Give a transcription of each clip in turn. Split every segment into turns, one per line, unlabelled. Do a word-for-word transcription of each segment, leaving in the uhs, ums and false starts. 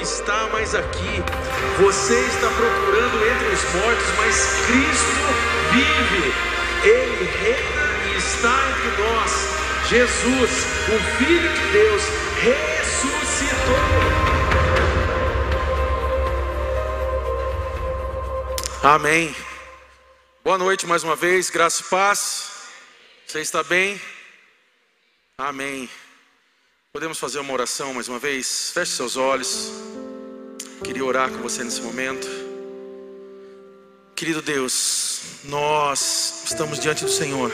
está mais aqui. Você está procurando entre os mortos, mas Cristo vive. Ele reina e está entre nós. Jesus, o Filho de Deus, ressuscitou. Amém. Boa noite mais uma vez, graça e paz. Você está bem? Amém. Podemos fazer uma oração mais uma vez? Feche seus olhos. Queria orar com você nesse momento. Querido Deus, nós estamos diante do Senhor,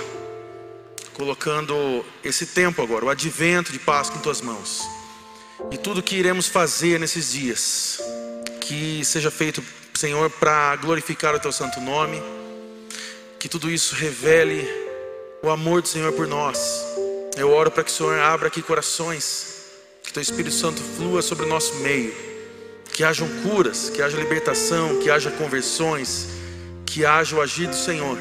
colocando esse tempo agora, o advento de Páscoa em tuas mãos. E tudo que iremos fazer nesses dias, que seja feito, Senhor, para glorificar o teu santo nome. Que tudo isso revele o amor do Senhor por nós. Eu oro para que o Senhor abra aqui corações, que teu Espírito Santo flua sobre o nosso meio, que hajam curas, que haja libertação, que haja conversões, que haja o agir do Senhor,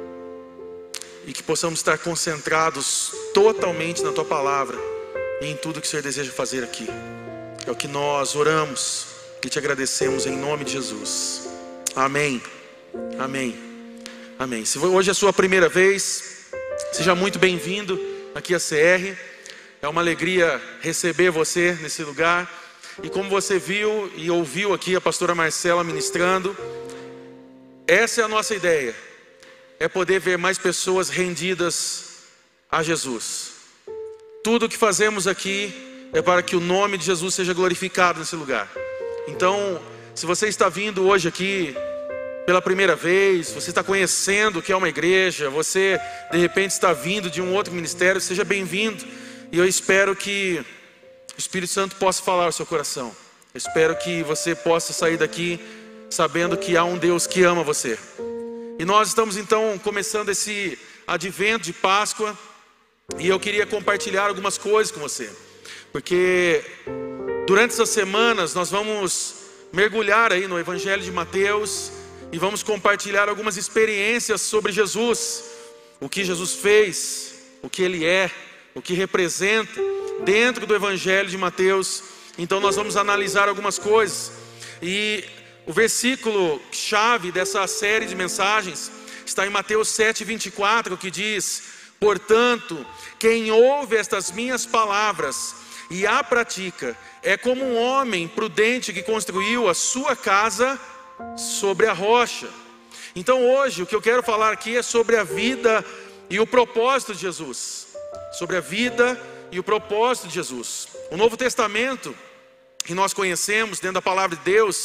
e que possamos estar concentrados totalmente na tua palavra e em tudo que o Senhor deseja fazer aqui. É o que nós oramos e te agradecemos em nome de Jesus. Amém. Amém. Amém. Se hoje é a sua primeira vez, seja muito bem-vindo aqui a C R. É uma alegria receber você nesse lugar. E como você viu e ouviu aqui a pastora Marcela ministrando, essa é a nossa ideia. É poder ver mais pessoas rendidas a Jesus. Tudo o que fazemos aqui é para que o nome de Jesus seja glorificado nesse lugar. Então, se você está vindo hoje aqui pela primeira vez, você está conhecendo o que é uma igreja, você de repente está vindo de um outro ministério, seja bem-vindo. E eu espero que o Espírito Santo possa falar ao seu coração. Eu espero que você possa sair daqui sabendo que há um Deus que ama você. E nós estamos então começando esse advento de Páscoa, e eu queria compartilhar algumas coisas com você, porque durante essas semanas nós vamos mergulhar aí no Evangelho de Mateus e vamos compartilhar algumas experiências sobre Jesus, o que Jesus fez, o que Ele é, o que representa dentro do Evangelho de Mateus. Então nós vamos analisar algumas coisas, e o versículo chave dessa série de mensagens está em Mateus sete, vinte e quatro, que diz: portanto, quem ouve estas minhas palavras e a pratica é como um homem prudente que construiu a sua casa sobre a rocha. Então hoje o que eu quero falar aqui é sobre a vida e o propósito de Jesus. Sobre a vida e o propósito de Jesus. O Novo Testamento, que nós conhecemos dentro da palavra de Deus,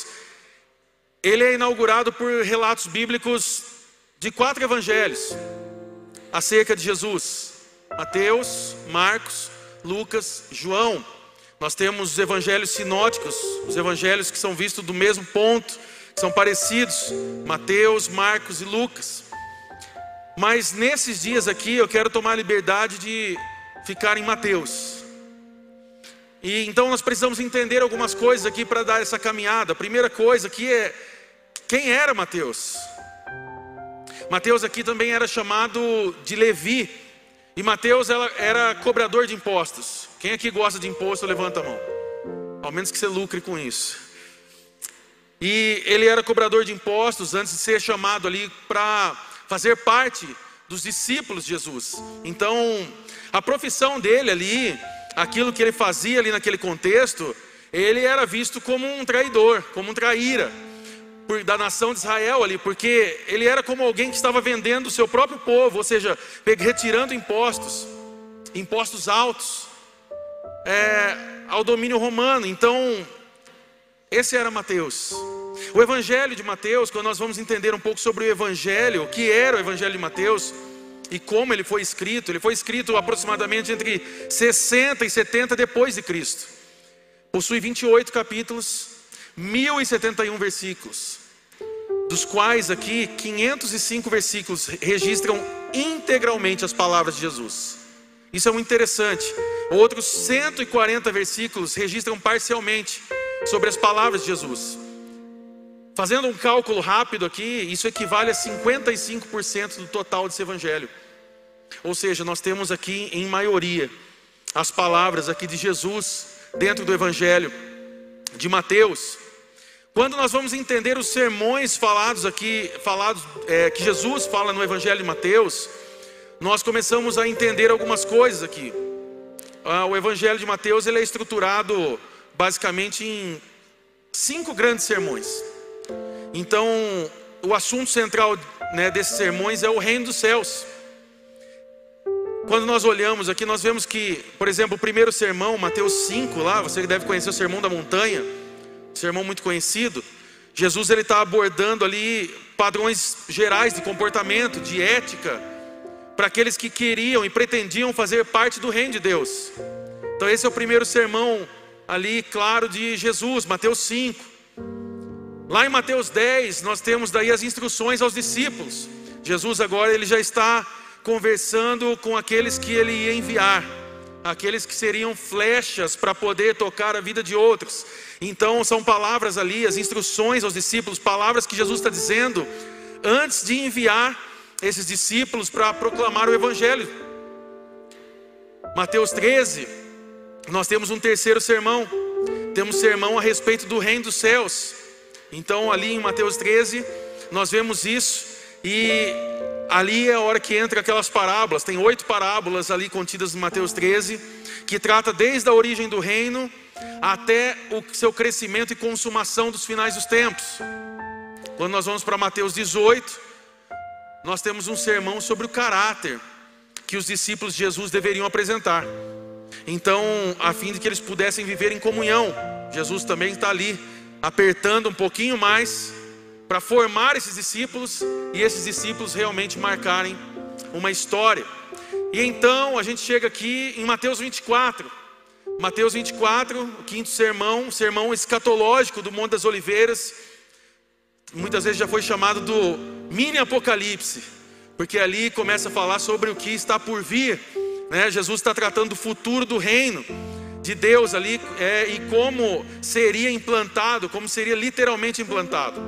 ele é inaugurado por relatos bíblicos de quatro evangelhos acerca de Jesus: Mateus, Marcos, Lucas, João. Nós temos os evangelhos sinóticos, os evangelhos que são vistos do mesmo ponto, que são parecidos, Mateus, Marcos e Lucas. Mas nesses dias aqui eu quero tomar a liberdade de ficar em Mateus. E então nós precisamos entender algumas coisas aqui para dar essa caminhada. A primeira coisa aqui é: quem era Mateus? Mateus aqui também era chamado de Levi. E Mateus era cobrador de impostos. Quem aqui gosta de imposto, levanta a mão. Ao menos que você lucre com isso. E ele era cobrador de impostos antes de ser chamado ali para fazer parte dos discípulos de Jesus. Então, a profissão dele ali, aquilo que ele fazia ali naquele contexto, ele era visto como um traidor, como um traíra por, da nação de Israel ali, porque ele era como alguém que estava vendendo o seu próprio povo, ou seja, retirando impostos, impostos altos, é, ao domínio romano. Então, esse era Mateus. O Evangelho de Mateus, quando nós vamos entender um pouco sobre o Evangelho, o que era o Evangelho de Mateus e como ele foi escrito, ele foi escrito aproximadamente entre sessenta e setenta depois de Cristo. Possui vinte e oito capítulos, mil e setenta e um versículos, dos quais aqui quinhentos e cinco versículos registram integralmente as palavras de Jesus. Isso é muito interessante. Outros cento e quarenta versículos registram parcialmente sobre as palavras de Jesus. Fazendo um cálculo rápido aqui, isso equivale a cinquenta e cinco por cento do total desse evangelho. Ou seja, nós temos aqui em maioria as palavras aqui de Jesus dentro do evangelho. de Mateus, quando nós vamos entender os sermões falados aqui, falados, é, que Jesus fala no Evangelho de Mateus, nós começamos a entender algumas coisas aqui. Ah, o Evangelho de Mateus ele é estruturado basicamente em cinco grandes sermões. Então, o assunto central, né, desses sermões é o reino dos céus. Quando nós olhamos aqui, nós vemos que, por exemplo, o primeiro sermão, Mateus cinco, lá, você deve conhecer o Sermão da Montanha, um sermão muito conhecido. Jesus ele está abordando ali padrões gerais de comportamento, de ética, para aqueles que queriam e pretendiam fazer parte do reino de Deus. Então esse é o primeiro sermão ali, claro, de Jesus, Mateus cinco. Lá em Mateus dez, nós temos daí as instruções aos discípulos. Jesus agora ele já está conversando com aqueles que ele ia enviar, aqueles que seriam flechas para poder tocar a vida de outros. Então são palavras ali, as instruções aos discípulos, palavras que Jesus está dizendo antes de enviar esses discípulos para proclamar o Evangelho. Mateus treze, nós temos um terceiro sermão, temos sermão a respeito do reino dos céus. Então ali em Mateus treze, nós vemos isso, e ali é a hora que entra aquelas parábolas. Tem oito parábolas ali contidas em Mateus treze, que trata desde a origem do reino até o seu crescimento e consumação dos finais dos tempos. Quando nós vamos para Mateus dezoito, nós temos um sermão sobre o caráter que os discípulos de Jesus deveriam apresentar. Então, a fim de que eles pudessem viver em comunhão, Jesus também está ali apertando um pouquinho mais para formar esses discípulos, e esses discípulos realmente marcarem uma história. E então a gente chega aqui em Mateus vinte e quatro. Mateus vinte e quatro, o quinto sermão, o sermão escatológico do Monte das Oliveiras. Muitas vezes já foi chamado do mini apocalipse, porque ali começa a falar sobre o que está por vir, né? Jesus está tratando do futuro do reino de Deus ali, é, e como seria implantado, como seria literalmente implantado.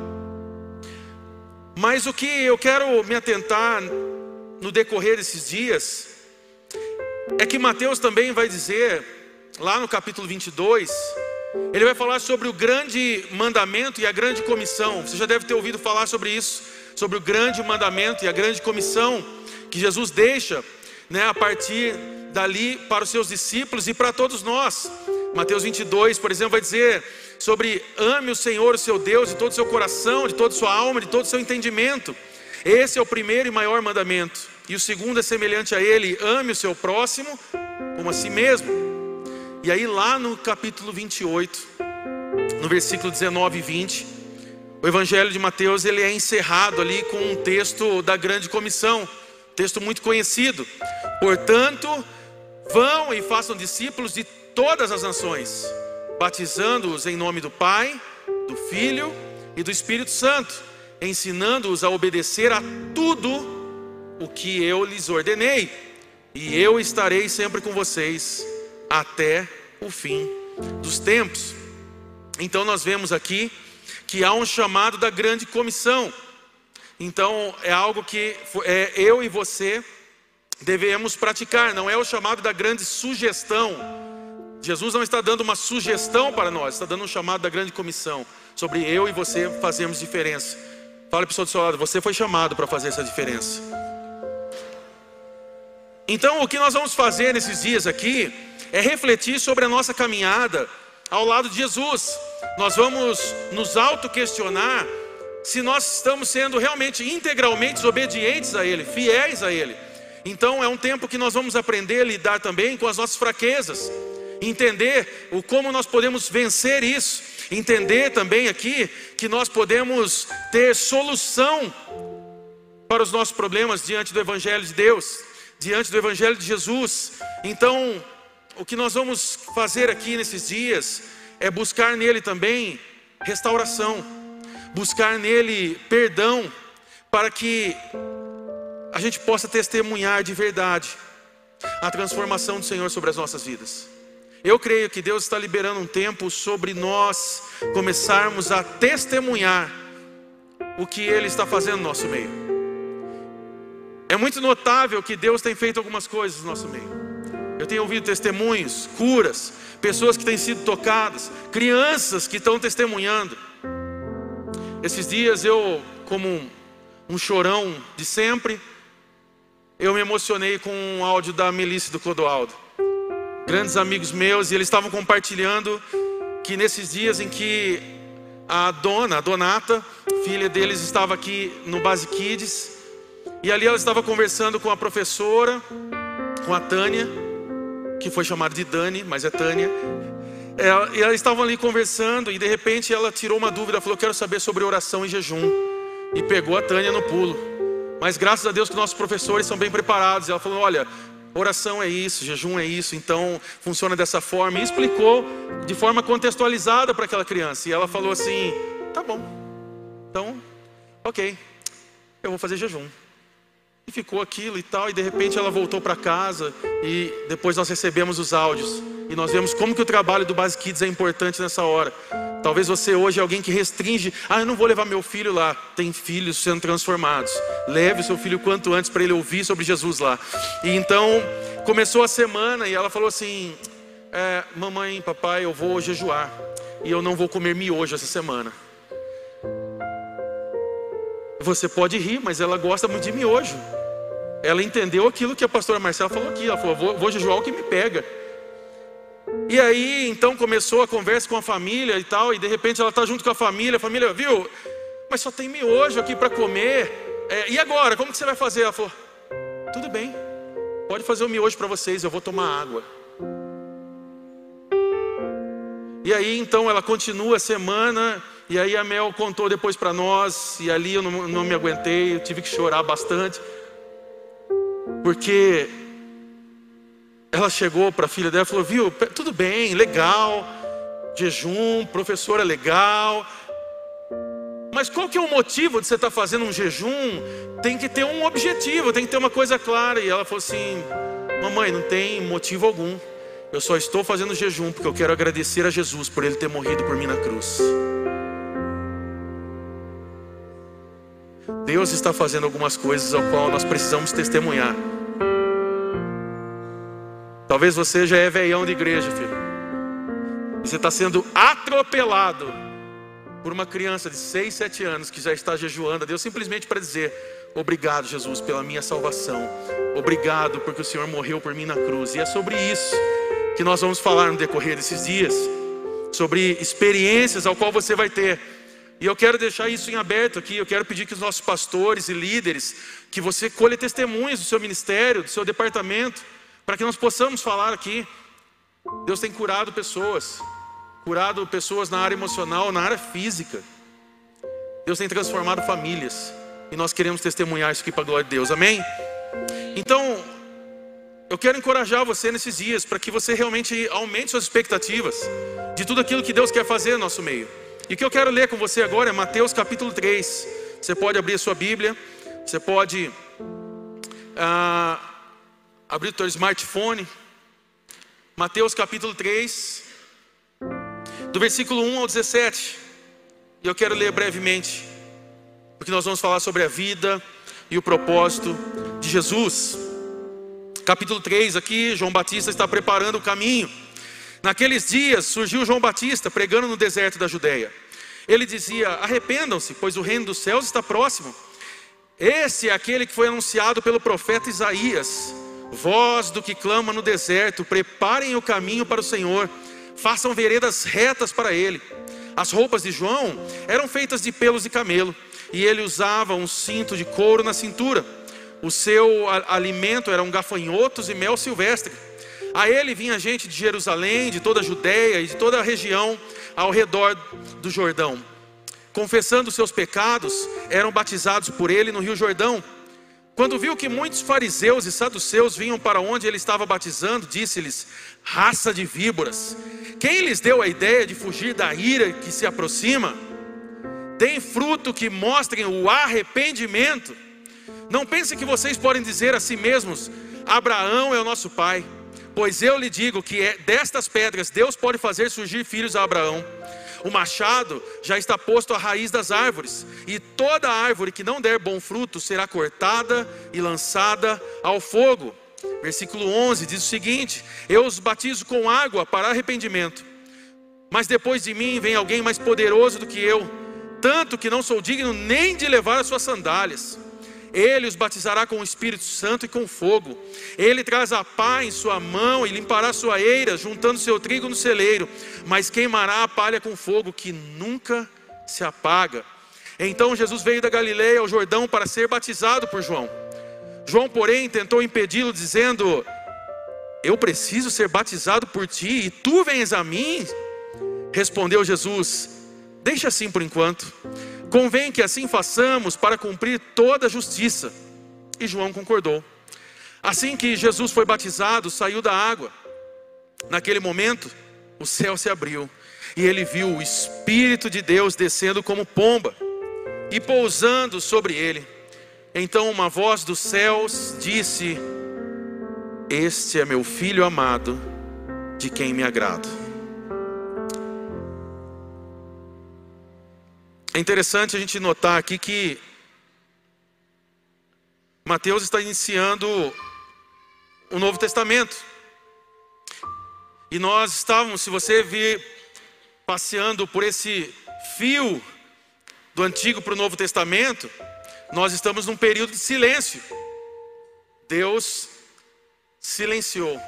Mas o que eu quero me atentar no decorrer desses dias é que Mateus também vai dizer, lá no capítulo vinte e dois, ele vai falar sobre o grande mandamento e a grande comissão. Você já deve ter ouvido falar sobre isso, sobre o grande mandamento e a grande comissão que Jesus deixa, né, a partir dali para os seus discípulos e para todos nós. Mateus vinte e dois, por exemplo, vai dizer sobre: ame o Senhor, o seu Deus, de todo o seu coração, de toda a sua alma, de todo o seu entendimento. Esse é o primeiro e maior mandamento. E o segundo é semelhante a ele: ame o seu próximo como a si mesmo. E aí lá no capítulo vinte e oito, no versículo dezenove e vinte, o Evangelho de Mateus ele é encerrado ali com um texto da grande comissão, texto muito conhecido. Portanto, vão e façam discípulos de todas as nações, batizando-os em nome do Pai, do Filho e do Espírito Santo, ensinando-os a obedecer a tudo o que eu lhes ordenei, e eu estarei sempre com vocês até o fim dos tempos. Então nós vemos aqui que há um chamado da grande comissão. Então é algo que é, eu e você devemos praticar. Não é o chamado da grande sugestão. Jesus não está dando uma sugestão para nós, está dando um chamado da grande comissão, sobre eu e você fazermos diferença. Fala para a pessoa do seu lado: você foi chamado para fazer essa diferença. Então o que nós vamos fazer nesses dias aqui é refletir sobre a nossa caminhada ao lado de Jesus. Nós vamos nos auto-questionar se nós estamos sendo realmente integralmente obedientes a Ele, fiéis a Ele. Então é um tempo que nós vamos aprender a lidar também com as nossas fraquezas, entender o como nós podemos vencer isso, entender também aqui que nós podemos ter solução para os nossos problemas diante do Evangelho de Deus, diante do Evangelho de Jesus. Então o que nós vamos fazer aqui nesses dias é buscar nele também restauração, buscar nele perdão, para que a gente possa testemunhar de verdade a transformação do Senhor sobre as nossas vidas. Eu creio que Deus está liberando um tempo sobre nós começarmos a testemunhar o que Ele está fazendo no nosso meio. É muito notável que Deus tem feito algumas coisas no nosso meio. Eu tenho ouvido testemunhos, curas, pessoas que têm sido tocadas, crianças que estão testemunhando. Esses dias eu, como um, um chorão de sempre, eu me emocionei com um áudio da Melissa e do Clodoaldo, grandes amigos meus, e eles estavam compartilhando que nesses dias em que a dona, a Donata, filha deles, estava aqui no Base Kids, e ali ela estava conversando com a professora, com a Tânia, que foi chamada de Dani, mas é Tânia. Ela, e elas estavam ali conversando, e de repente ela tirou uma dúvida, falou: quero saber sobre oração e jejum, e pegou a Tânia no pulo. Mas graças a Deus que nossos professores são bem preparados. Ela falou: olha, oração é isso, jejum é isso, então funciona dessa forma. E explicou de forma contextualizada para aquela criança. E ela falou assim: tá bom, então, ok, eu vou fazer jejum. E ficou aquilo e tal, e de repente ela voltou para casa, e depois nós recebemos os áudios, e nós vemos como que o trabalho do Base Kids é importante nessa hora. Talvez você hoje é alguém que restringe: ah, eu não vou levar meu filho lá. Tem filhos sendo transformados. Leve o seu filho quanto antes para ele ouvir sobre Jesus lá. E então começou a semana, e ela falou assim: é, mamãe, papai, eu vou jejuar, e eu não vou comer miojo essa semana. Você pode rir, mas ela gosta muito de miojo. Ela entendeu aquilo que a pastora Marcela falou aqui. Ela falou: vou, vou jejuar o que me pega. E aí então começou a conversa com a família e tal, e de repente ela está junto com a família. A família: viu, mas só tem miojo aqui para comer, é, e agora, como que você vai fazer? Ela falou: tudo bem, pode fazer o miojo para vocês, eu vou tomar água. E aí então ela continua a semana. E aí a Mel contou depois para nós, e ali eu não, não me aguentei, eu tive que chorar bastante, porque ela chegou para a filha dela e falou: viu, tudo bem, legal, jejum, professora legal, mas qual que é o motivo de você estar fazendo um jejum? Tem que ter um objetivo, tem que ter uma coisa clara. E ela falou assim: mamãe, não tem motivo algum, eu só estou fazendo jejum porque eu quero agradecer a Jesus por Ele ter morrido por mim na cruz. Deus está fazendo algumas coisas ao qual nós precisamos testemunhar. Talvez você já é velhão de igreja, filho. Você está sendo atropelado por uma criança de seis, sete anos que já está jejuando a Deus simplesmente para dizer: obrigado, Jesus, pela minha salvação. Obrigado porque o Senhor morreu por mim na cruz. E é sobre isso que nós vamos falar no decorrer desses dias, sobre experiências ao qual você vai ter. E eu quero deixar isso em aberto aqui. Eu quero pedir que os nossos pastores e líderes, que você colhe testemunhos do seu ministério, do seu departamento, para que nós possamos falar aqui. Deus tem curado pessoas, curado pessoas na área emocional, na área física. Deus tem transformado famílias, e nós queremos testemunhar isso aqui para a glória de Deus, amém? Então, eu quero encorajar você nesses dias, para que você realmente aumente suas expectativas de tudo aquilo que Deus quer fazer no nosso meio. E o que eu quero ler com você agora é Mateus capítulo três. Você pode abrir a sua Bíblia, você pode ah, abrir o seu smartphone. Mateus capítulo três, do versículo um ao dezessete. E eu quero ler brevemente, porque nós vamos falar sobre a vida e o propósito de Jesus. Capítulo três aqui, João Batista está preparando o caminho. Naqueles dias surgiu João Batista pregando no deserto da Judeia. Ele dizia: arrependam-se, pois o reino dos céus está próximo. Esse é aquele que foi anunciado pelo profeta Isaías. Voz do que clama no deserto: preparem o caminho para o Senhor, façam veredas retas para Ele. As roupas de João eram feitas de pelos de camelo, e ele usava um cinto de couro na cintura. O seu alimento eram gafanhotos e mel silvestre. A ele vinha gente de Jerusalém, de toda a Judeia e de toda a região ao redor do Jordão. Confessando seus pecados, eram batizados por ele no rio Jordão. Quando viu que muitos fariseus e saduceus vinham para onde ele estava batizando, disse-lhes: raça de víboras, quem lhes deu a ideia de fugir da ira que se aproxima? Deem fruto que mostrem o arrependimento. Não pensem que vocês podem dizer a si mesmos: Abraão é o nosso pai. Pois eu lhe digo que é destas pedras Deus pode fazer surgir filhos a Abraão. O machado já está posto à raiz das árvores, e toda árvore que não der bom fruto será cortada e lançada ao fogo. Versículo onze diz o seguinte: eu os batizo com água para arrependimento, mas depois de mim vem alguém mais poderoso do que eu, tanto que não sou digno nem de levar as suas sandálias. Ele os batizará com o Espírito Santo e com fogo. Ele traz a pá em sua mão e limpará sua eira, juntando seu trigo no celeiro, mas queimará a palha com fogo que nunca se apaga. Então Jesus veio da Galileia ao Jordão para ser batizado por João. João, porém, tentou impedi-lo, dizendo: eu preciso ser batizado por ti, e tu vens a mim? Respondeu Jesus: deixa assim por enquanto. Convém que assim façamos para cumprir toda a justiça. E João concordou. Assim que Jesus foi batizado, saiu da água. Naquele momento, o céu se abriu, e ele viu o Espírito de Deus descendo como pomba e pousando sobre ele. Então uma voz dos céus disse: este é meu filho amado, de quem me agrado. É interessante a gente notar aqui que Mateus está iniciando o Novo Testamento. E nós estávamos, se você vir passeando por esse fio do Antigo para o Novo Testamento, nós estamos num período de silêncio. Deus silenciou.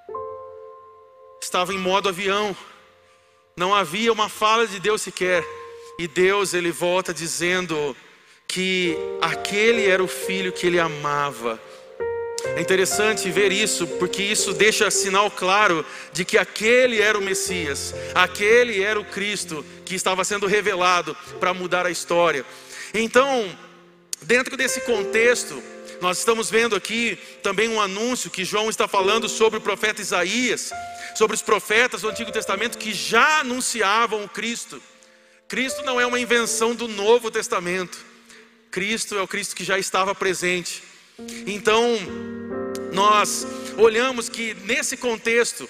Estava em modo avião. Não havia uma fala de Deus sequer. E Deus, ele volta dizendo que aquele era o filho que ele amava. É interessante ver isso, porque isso deixa sinal claro de que aquele era o Messias, aquele era o Cristo que estava sendo revelado para mudar a história. Então, dentro desse contexto, nós estamos vendo aqui também um anúncio que João está falando sobre o profeta Isaías, sobre os profetas do Antigo Testamento que já anunciavam o Cristo. Cristo não é uma invenção do Novo Testamento. Cristo é o Cristo que já estava presente. Então, nós olhamos que nesse contexto,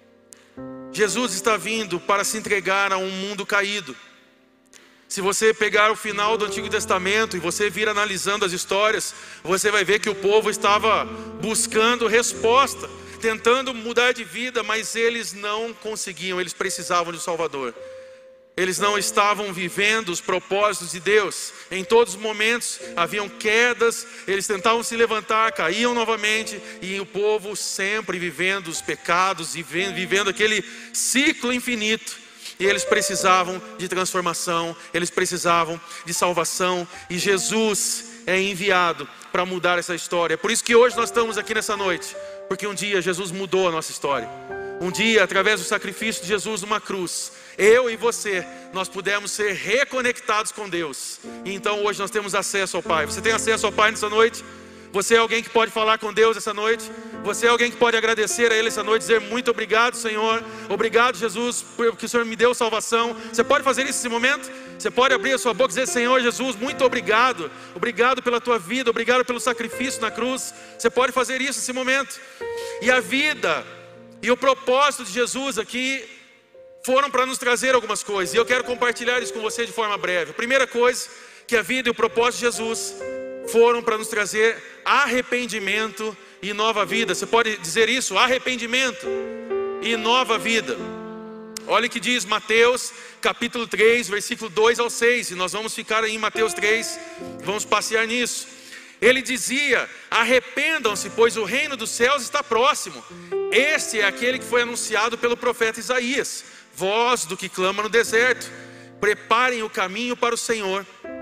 Jesus está vindo para se entregar a um mundo caído. Se você pegar o final do Antigo Testamento e você vir analisando as histórias, você vai ver que o povo estava buscando resposta, tentando mudar de vida, mas eles não conseguiam, eles precisavam de um Salvador. Eles não estavam vivendo os propósitos de Deus. Em todos os momentos haviam quedas, eles tentavam se levantar, caíam novamente, e o povo sempre vivendo os pecados e vivendo aquele ciclo infinito. E eles precisavam de transformação, eles precisavam de salvação, e Jesus é enviado para mudar essa história. Por isso que hoje nós estamos aqui nessa noite, porque um dia Jesus mudou a nossa história. Um dia, através do sacrifício de Jesus numa cruz, eu e você, nós pudemos ser reconectados com Deus. E então hoje nós temos acesso ao Pai. Você tem acesso ao Pai nessa noite? Você é alguém que pode falar com Deus essa noite? Você é alguém que pode agradecer a Ele essa noite, dizer muito obrigado, Senhor. Obrigado, Jesus, porque o Senhor me deu salvação. Você pode fazer isso nesse momento? Você pode abrir a sua boca e dizer: Senhor Jesus, muito obrigado. Obrigado pela tua vida, obrigado pelo sacrifício na cruz. Você pode fazer isso nesse momento. E a vida e o propósito de Jesus aqui foram para nos trazer algumas coisas, e eu quero compartilhar isso com você de forma breve. A primeira coisa, que a vida e o propósito de Jesus foram para nos trazer arrependimento e nova vida. Você pode dizer isso? Arrependimento e nova vida. Olha o que diz Mateus capítulo três, versículo dois ao seis, e nós vamos ficar aí em Mateus três, vamos passear nisso. Ele dizia: arrependam-se, pois o reino dos céus está próximo. Este é aquele que foi anunciado pelo profeta Isaías. Voz do que clama no deserto: preparem o caminho para o Senhor,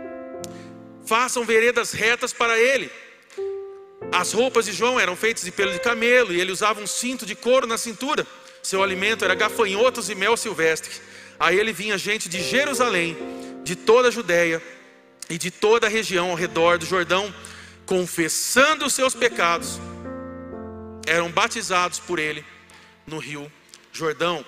façam veredas retas para Ele. As roupas de João eram feitas de pelo de camelo, e ele usava um cinto de couro na cintura. Seu alimento era gafanhotos e mel silvestre. A ele vinha gente de Jerusalém, de toda a Judéia e de toda a região ao redor do Jordão, confessando os seus pecados, eram batizados por ele no rio Jordão.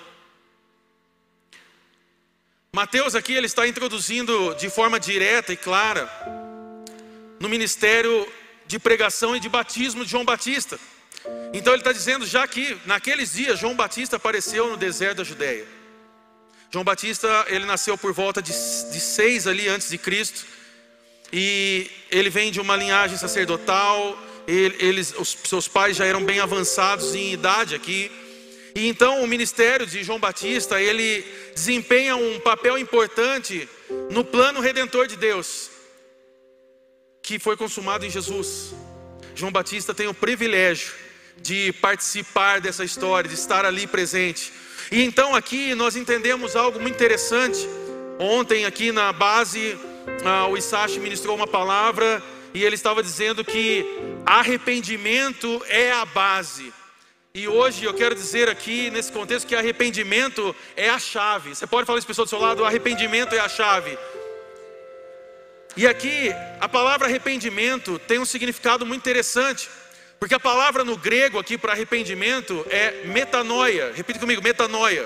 Mateus aqui ele está introduzindo de forma direta e clara no ministério de pregação e de batismo de João Batista. Então ele está dizendo já que naqueles dias João Batista apareceu no deserto da Judéia. João Batista ele nasceu por volta de, de seis ali antes de Cristo, e ele vem de uma linhagem sacerdotal, eles, os seus pais já eram bem avançados em idade aqui. E então o ministério de João Batista, ele desempenha um papel importante no plano redentor de Deus, que foi consumado em Jesus. João Batista tem o privilégio de participar dessa história, de estar ali presente. E então aqui nós entendemos algo muito interessante. Ontem aqui na base, ah, o Isashi ministrou uma palavra e ele estava dizendo que arrependimento é a base. E hoje eu quero dizer aqui nesse contexto que arrependimento é a chave. Você pode falar isso para a pessoa do seu lado: arrependimento é a chave. E aqui a palavra arrependimento tem um significado muito interessante, porque a palavra no grego aqui para arrependimento é metanoia. Repita comigo: metanoia.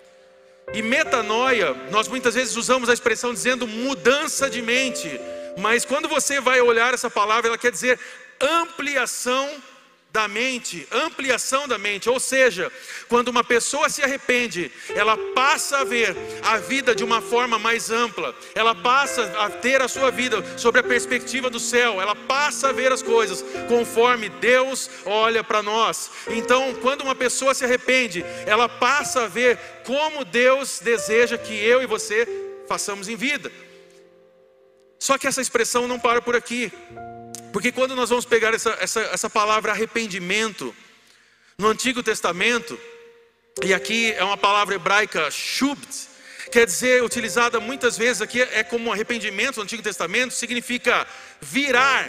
E metanoia, nós muitas vezes usamos a expressão dizendo mudança de mente, mas quando você vai olhar essa palavra, ela quer dizer ampliação da mente, ampliação da mente. Ou seja, quando uma pessoa se arrepende, ela passa a ver a vida de uma forma mais ampla, ela passa a ter a sua vida sobre a perspectiva do céu, ela passa a ver as coisas conforme Deus olha para nós. Então, quando uma pessoa se arrepende, ela passa a ver como Deus deseja que eu e você façamos em vida. Só que essa expressão não para por aqui. Porque quando nós vamos pegar essa, essa, essa palavra arrependimento no Antigo Testamento, e aqui é uma palavra hebraica shubt, quer dizer, utilizada muitas vezes aqui, é como arrependimento no Antigo Testamento, significa virar,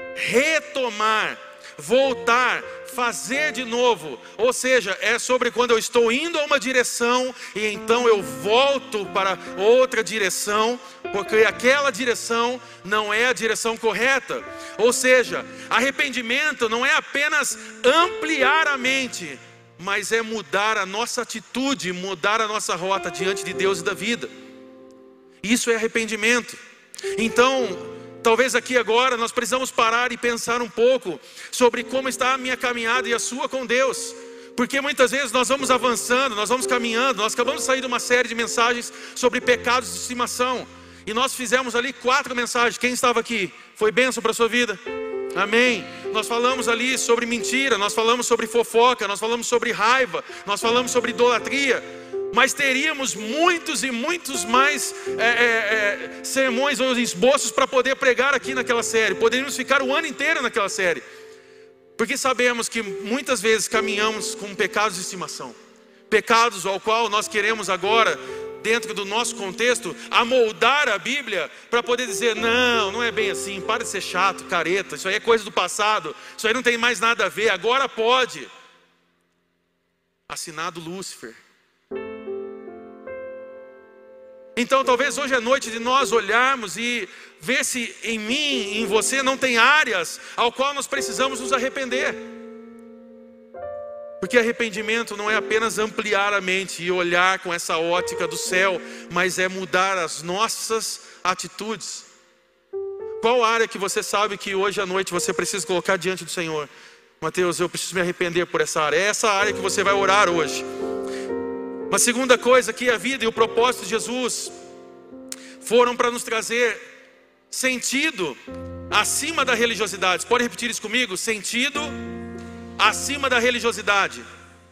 retomar, voltar, fazer de novo. Ou seja, é sobre quando eu estou indo a uma direção e então eu volto para outra direção, porque aquela direção não é a direção correta. Ou seja, arrependimento não é apenas ampliar a mente, mas é mudar a nossa atitude, mudar a nossa rota diante de Deus e da vida. Isso é arrependimento. Então, talvez aqui agora nós precisamos parar e pensar um pouco sobre como está a minha caminhada e a sua com Deus. Porque muitas vezes nós vamos avançando, nós vamos caminhando. Nós acabamos de sair de uma série de mensagens sobre pecados de estimação, e nós fizemos ali quatro mensagens. Quem estava aqui? Foi bênção para a sua vida? Amém. Nós falamos ali sobre mentira, nós falamos sobre fofoca, nós falamos sobre raiva, nós falamos sobre idolatria. Mas teríamos muitos e muitos mais é, é, é, sermões ou esboços para poder pregar aqui naquela série. Poderíamos ficar o ano inteiro naquela série, porque sabemos que muitas vezes caminhamos com pecados de estimação, pecados ao qual nós queremos agora, dentro do nosso contexto, amoldar a Bíblia para poder dizer: não, não é bem assim, para de ser chato, careta, isso aí é coisa do passado, isso aí não tem mais nada a ver, agora pode. Assinado Lúcifer. Então talvez hoje é noite de nós olharmos e ver se em mim, em você, não tem áreas ao qual nós precisamos nos arrepender. Porque arrependimento não é apenas ampliar a mente e olhar com essa ótica do céu, mas é mudar as nossas atitudes. Qual área que você sabe que hoje à noite você precisa colocar diante do Senhor? Mateus, eu preciso me arrepender por essa área. É essa área que você vai orar hoje. Uma segunda coisa que a vida e o propósito de Jesus foram para nos trazer sentido acima da religiosidade. Pode repetir isso comigo? Sentido acima da religiosidade.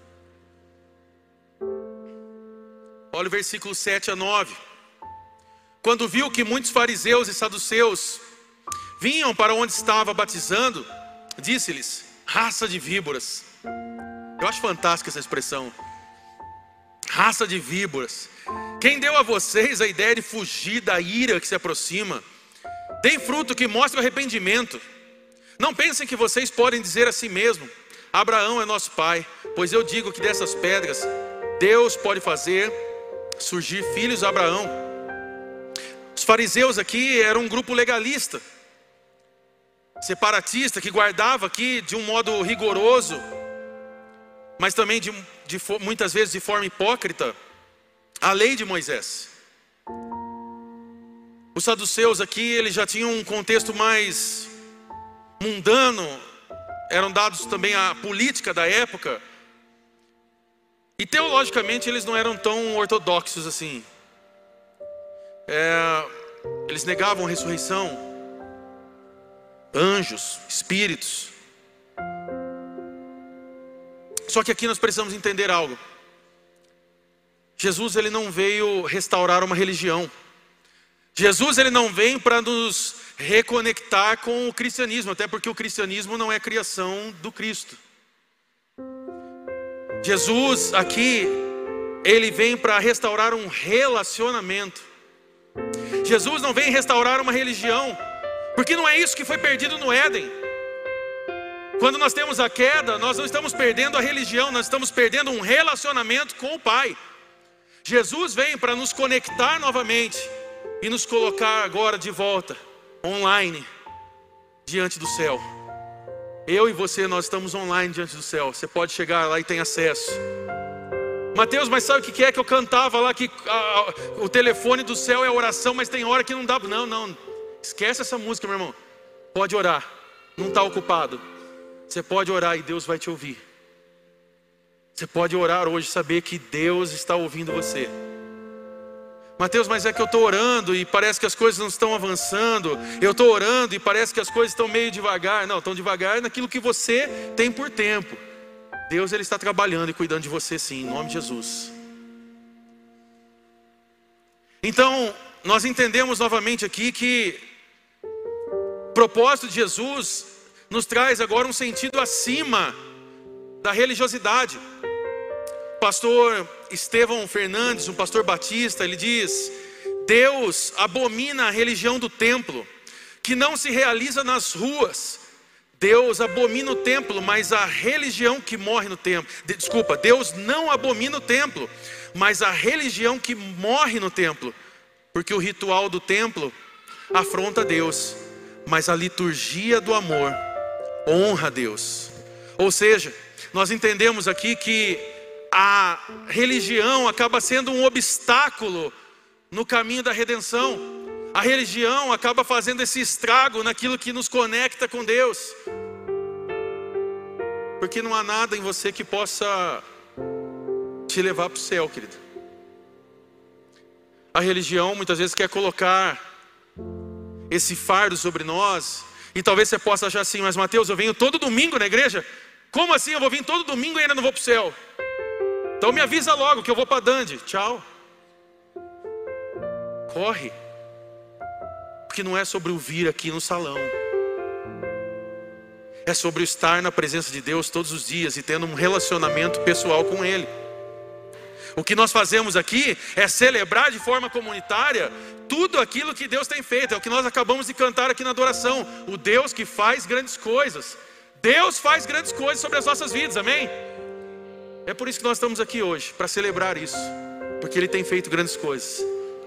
Olha o versículo sete a nove. Quando viu que muitos fariseus e saduceus vinham para onde estava batizando, disse-lhes: raça de víboras. Eu acho fantástica essa expressão. Raça de víboras, quem deu a vocês a ideia de fugir da ira que se aproxima? Deem fruto que mostre o arrependimento. Não pensem que vocês podem dizer a si mesmo: Abraão é nosso pai. Pois eu digo que dessas pedras Deus pode fazer surgir filhos de Abraão. Os fariseus aqui eram um grupo legalista, separatista, que guardava aqui de um modo rigoroso, mas também de, de, muitas vezes de forma hipócrita, a lei de Moisés. Os saduceus aqui, eles já tinham um contexto mais mundano, eram dados também à política da época, e teologicamente eles não eram tão ortodoxos assim. É, eles negavam a ressurreição, anjos, espíritos. Só que aqui nós precisamos entender algo. Jesus ele não veio restaurar uma religião. Jesus ele não vem para nos reconectar com o cristianismo, até porque o cristianismo não é criação do Cristo. Jesus aqui, ele vem para restaurar um relacionamento. Jesus não vem restaurar uma religião, porque não é isso que foi perdido no Éden. Quando nós temos a queda, nós não estamos perdendo a religião, nós estamos perdendo um relacionamento com o Pai. Jesus vem para nos conectar novamente e nos colocar agora de volta, online, diante do céu. Eu e você, nós estamos online diante do céu. Você pode chegar lá e tem acesso. Mateus, mas sabe o que é que eu cantava lá? Que a, o telefone do céu é oração, mas tem hora que não dá. Não, não, esquece essa música, meu irmão. Pode orar, não está ocupado. Você pode orar e Deus vai te ouvir. Você pode orar hoje e saber que Deus está ouvindo você. Mateus, mas é que eu estou orando e parece que as coisas não estão avançando. Eu estou orando e parece que as coisas estão meio devagar. Não, estão devagar naquilo que você tem por tempo. Deus ele está trabalhando e cuidando de você sim, em nome de Jesus. Então, nós entendemos novamente aqui que o propósito de Jesus nos traz agora um sentido acima da religiosidade. Pastor Estevão Fernandes, um pastor batista, ele diz: Deus abomina a religião do templo, que não se realiza nas ruas. Deus abomina o templo, mas a religião que morre no templo. Desculpa, Deus não abomina o templo, mas a religião que morre no templo. Porque o ritual do templo afronta Deus, mas a liturgia do amor honra a Deus. Ou seja, nós entendemos aqui que a religião acaba sendo um obstáculo no caminho da redenção. A religião acaba fazendo esse estrago naquilo que nos conecta com Deus. Porque não há nada em você que possa te levar para o céu, querido. A religião muitas vezes quer colocar esse fardo sobre nós. E talvez você possa achar assim: mas Mateus, eu venho todo domingo na igreja. Como assim eu vou vir todo domingo e ainda não vou para o céu? Então me avisa logo que eu vou para Dande. Tchau. Corre. Porque não é sobre o vir aqui no salão. É sobre o estar na presença de Deus todos os dias e tendo um relacionamento pessoal com Ele. O que nós fazemos aqui é celebrar de forma comunitária tudo aquilo que Deus tem feito. É o que nós acabamos de cantar aqui na adoração. O Deus que faz grandes coisas. Deus faz grandes coisas sobre as nossas vidas, amém? É por isso que nós estamos aqui hoje, para celebrar isso. Porque Ele tem feito grandes coisas.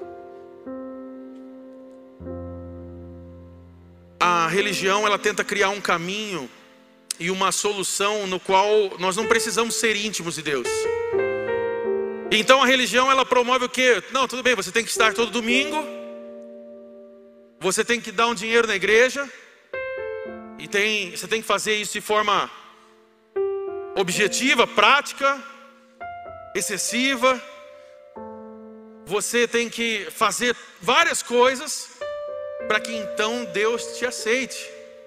A religião, ela tenta criar um caminho e uma solução no qual nós não precisamos ser íntimos de Deus. Então a religião, ela promove o quê? Não, tudo bem, você tem que estar todo domingo, você tem que dar um dinheiro na igreja, e tem, você tem que fazer isso de forma objetiva, prática, excessiva. Você tem que fazer várias coisas para que então Deus te aceite.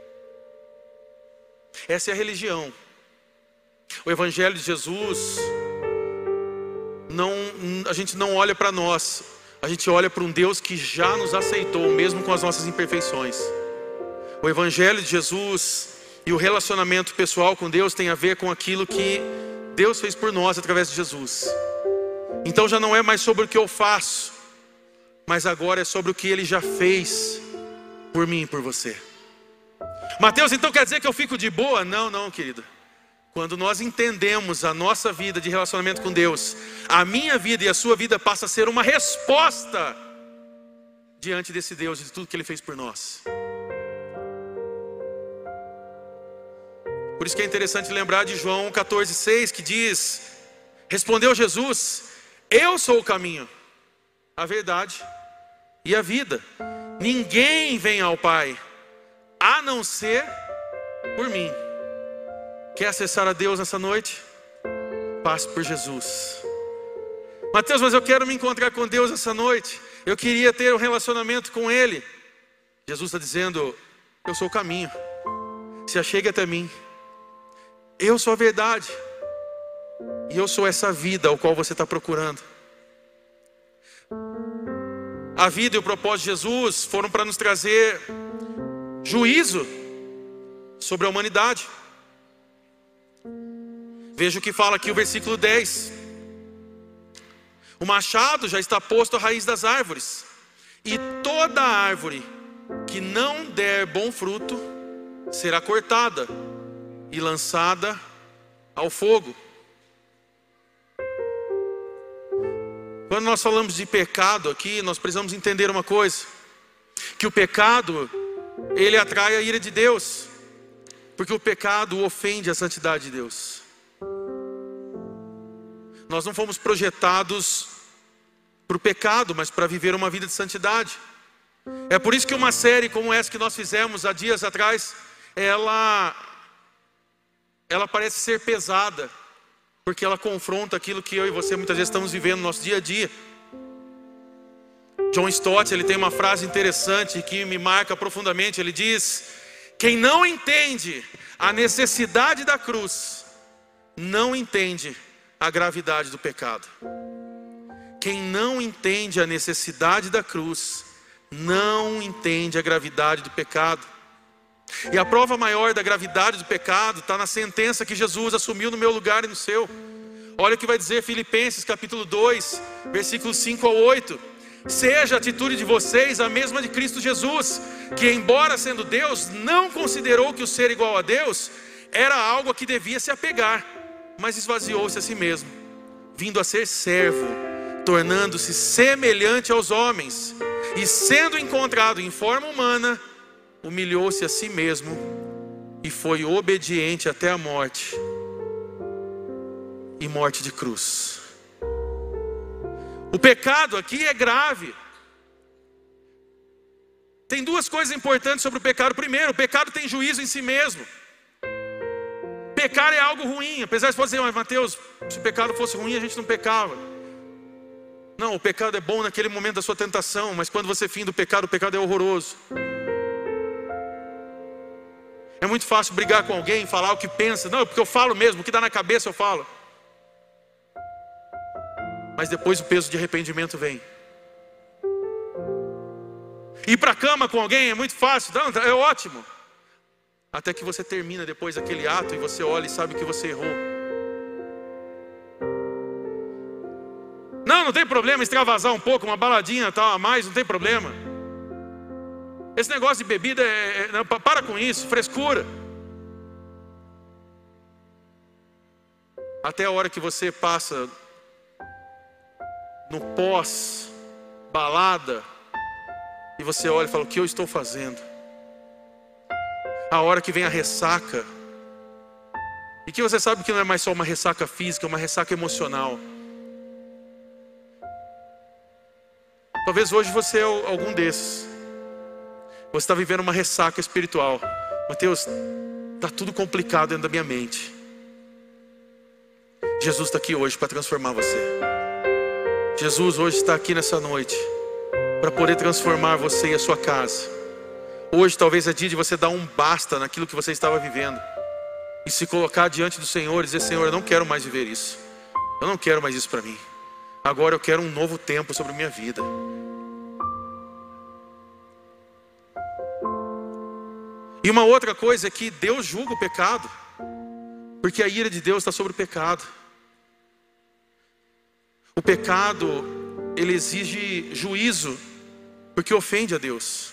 Essa é a religião. O Evangelho de Jesus, não, a gente não olha para nós, a gente olha para um Deus que já nos aceitou, mesmo com as nossas imperfeições. O Evangelho de Jesus e o relacionamento pessoal com Deus tem a ver com aquilo que Deus fez por nós através de Jesus. Então já não é mais sobre o que eu faço, mas agora é sobre o que Ele já fez por mim e por você. Mateus, então quer dizer que eu fico de boa? Não, não, querido. Quando nós entendemos a nossa vida de relacionamento com Deus, a minha vida e a sua vida passa a ser uma resposta diante desse Deus e de tudo que Ele fez por nós. Por isso que é interessante lembrar de João quatorze, seis, que diz: respondeu Jesus: eu sou o caminho, a verdade e a vida. Ninguém vem ao Pai a não ser por mim. Quer acessar a Deus nessa noite? Passe por Jesus. Mateus, mas eu quero me encontrar com Deus essa noite. Eu queria ter um relacionamento com Ele. Jesus está dizendo: eu sou o caminho. Se achegue até mim. Eu sou a verdade. E eu sou essa vida ao qual você está procurando. A vida e o propósito de Jesus foram para nos trazer juízo sobre a humanidade. Veja o que fala aqui o versículo dez. O machado já está posto à raiz das árvores, e toda árvore que não der bom fruto será cortada e lançada ao fogo. Quando nós falamos de pecado aqui, nós precisamos entender uma coisa: que o pecado, ele atrai a ira de Deus, porque o pecado ofende a santidade de Deus. Nós não fomos projetados para o pecado, mas para viver uma vida de santidade. É por isso que uma série como essa que nós fizemos há dias atrás, ela, ela parece ser pesada, porque ela confronta aquilo que eu e você muitas vezes estamos vivendo no nosso dia a dia. John Stott, ele tem uma frase interessante que me marca profundamente. Ele diz: quem não entende a necessidade da cruz, não entende a gravidade do pecado. Quem não entende a necessidade da cruz, não entende a gravidade do pecado. E a prova maior da gravidade do pecado está na sentença que Jesus assumiu no meu lugar e no seu. Olha o que vai dizer Filipenses capítulo dois, versículos cinco ao oito. Seja a atitude de vocês a mesma de Cristo Jesus, que embora sendo Deus, não considerou que o ser igual a Deus era algo a que devia se apegar, mas esvaziou-se a si mesmo, vindo a ser servo, tornando-se semelhante aos homens, e sendo encontrado em forma humana, humilhou-se a si mesmo e foi obediente até a morte, e morte de cruz. O pecado aqui é grave. Tem duas coisas importantes sobre o pecado. Primeiro, o pecado tem juízo em si mesmo. Pecar é algo ruim. Apesar de você dizer: mas Mateus, se o pecado fosse ruim, a gente não pecava. Não, o pecado é bom naquele momento da sua tentação, mas quando você finda o pecado, o pecado é horroroso. É muito fácil brigar com alguém, falar o que pensa. Não, porque eu falo mesmo, o que dá na cabeça eu falo. Mas depois o peso de arrependimento vem. Ir para a cama com alguém é muito fácil. Não, é ótimo. Até que você termina depois aquele ato e você olha e sabe que você errou. Não, não tem problema extravasar um pouco, uma baladinha tal a mais, não tem problema. Esse negócio de bebida, é, é, não, para com isso, frescura. Até a hora que você passa no pós balada e você olha e fala: o que eu estou fazendo? A hora que vem a ressaca, e que você sabe que não é mais só uma ressaca física, é uma ressaca emocional. Talvez hoje você é algum desses. Você está vivendo uma ressaca espiritual. Mateus, está tudo complicado dentro da minha mente. Jesus está aqui hoje para transformar você. Jesus hoje está aqui nessa noite para poder transformar você e a sua casa. Hoje talvez é dia de você dar um basta naquilo que você estava vivendo e se colocar diante do Senhor e dizer: Senhor, eu não quero mais viver isso. Eu não quero mais isso para mim. Agora eu quero um novo tempo sobre a minha vida. E uma outra coisa é que Deus julga o pecado, porque a ira de Deus está sobre o pecado. O pecado, ele exige juízo, porque ofende a Deus.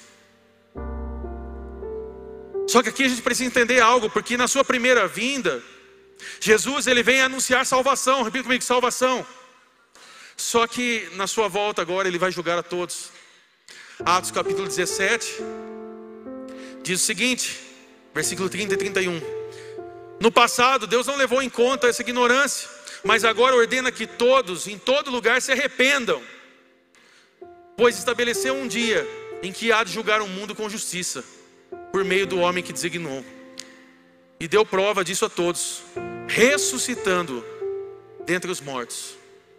Só que aqui a gente precisa entender algo, porque na sua primeira vinda, Jesus, ele vem anunciar salvação. Repita comigo: salvação. Só que na sua volta agora ele vai julgar a todos. Atos capítulo dezessete diz o seguinte, versículo trinta e trinta e um: no passado Deus não levou em conta essa ignorância, mas agora ordena que todos, em todo lugar, se arrependam, pois estabeleceu um dia em que há de julgar o mundo com justiça, por meio do homem que designou, e deu prova disso a todos, ressuscitando dentre os mortos.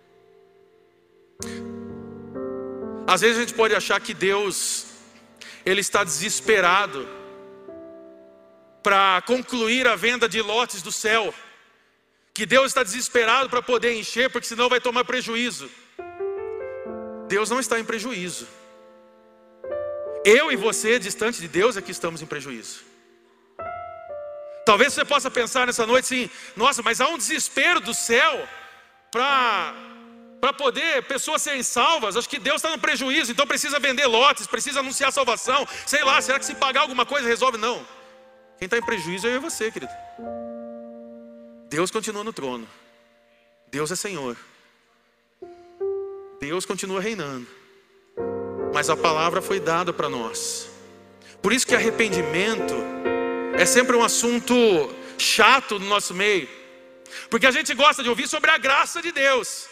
Às vezes a gente pode achar que Deus, ele está desesperado para concluir a venda de lotes do céu. que Deus está desesperado para poder encher, porque senão vai tomar prejuízo. Deus não está em prejuízo. Eu e você, distante de Deus, é que estamos em prejuízo. Talvez você possa pensar nessa noite assim: nossa, mas há um desespero do céu para para poder pessoas serem salvas. Acho que Deus está no prejuízo, então precisa vender lotes, precisa anunciar salvação. Sei lá, será que se pagar alguma coisa resolve? Não. Quem está em prejuízo é eu e você, querido. Deus continua no trono. Deus é Senhor. Deus continua reinando. Mas a palavra foi dada para nós. Por isso que arrependimento é sempre um assunto chato no nosso meio, porque a gente gosta de ouvir sobre a graça de Deus,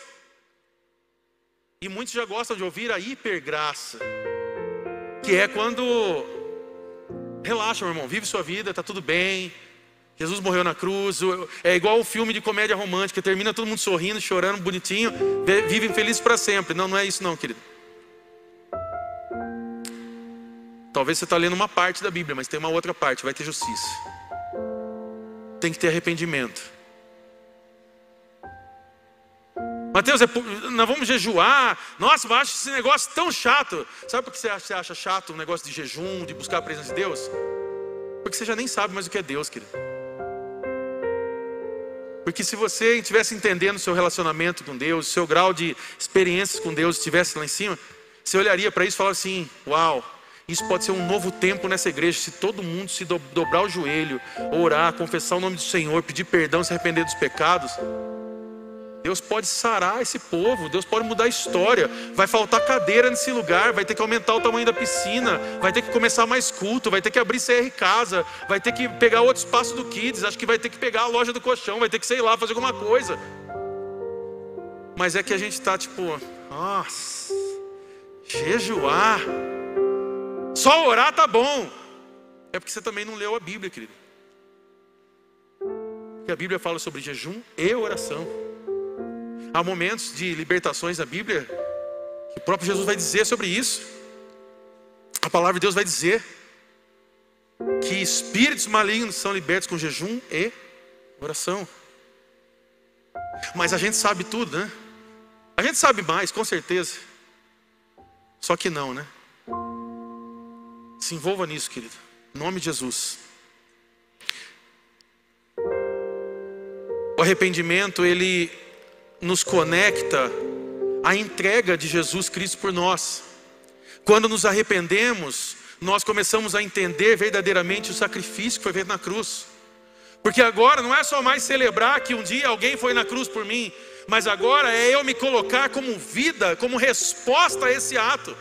e muitos já gostam de ouvir a hipergraça, que é quando relaxa, meu irmão, vive sua vida, está tudo bem, Jesus morreu na cruz. É igual o filme de comédia romântica, termina todo mundo sorrindo, chorando, bonitinho, vivem felizes para sempre. Não, não é isso não, querido. Talvez você está lendo uma parte da Bíblia, mas tem uma outra parte, vai ter justiça. Tem que ter arrependimento. Mateus, é, nós vamos jejuar. Nossa, eu acho esse negócio tão chato. Sabe por que você acha, você acha chato um negócio de jejum, de buscar a presença de Deus? Porque você já nem sabe mais o que é Deus, querido. Porque se você estivesse entendendo o seu relacionamento com Deus, o seu grau de experiências com Deus estivesse lá em cima, você olharia para isso e falaria assim: uau, isso pode ser um novo tempo nessa igreja, se todo mundo se do, dobrar o joelho, orar, confessar o nome do Senhor, pedir perdão, se arrepender dos pecados. Deus pode sarar esse povo, Deus pode mudar a história. Vai faltar cadeira nesse lugar, vai ter que aumentar o tamanho da piscina, vai ter que começar mais culto, vai ter que abrir C R Casa, vai ter que pegar outro espaço do Kids, acho que vai ter que pegar a loja do colchão, vai ter que, sei lá, fazer alguma coisa. Mas é que a gente está tipo, nossa, jejuar, só orar tá bom. É porque você também não leu a Bíblia, querido. Porque a Bíblia fala sobre jejum e oração. Há momentos de libertações na Bíblia que o próprio Jesus vai dizer sobre isso. A palavra de Deus vai dizer que espíritos malignos são libertos com jejum e oração. Mas a gente sabe tudo, né? A gente sabe mais, com certeza. Só que não, né? Se envolva nisso, querido. Em nome de Jesus. O arrependimento, ele nos conecta à entrega de Jesus Cristo por nós. Quando nos arrependemos, nós começamos a entender verdadeiramente o sacrifício que foi feito na cruz. Porque agora não é só mais celebrar que um dia alguém foi na cruz por mim, mas agora é eu me colocar como vida, como resposta a esse ato.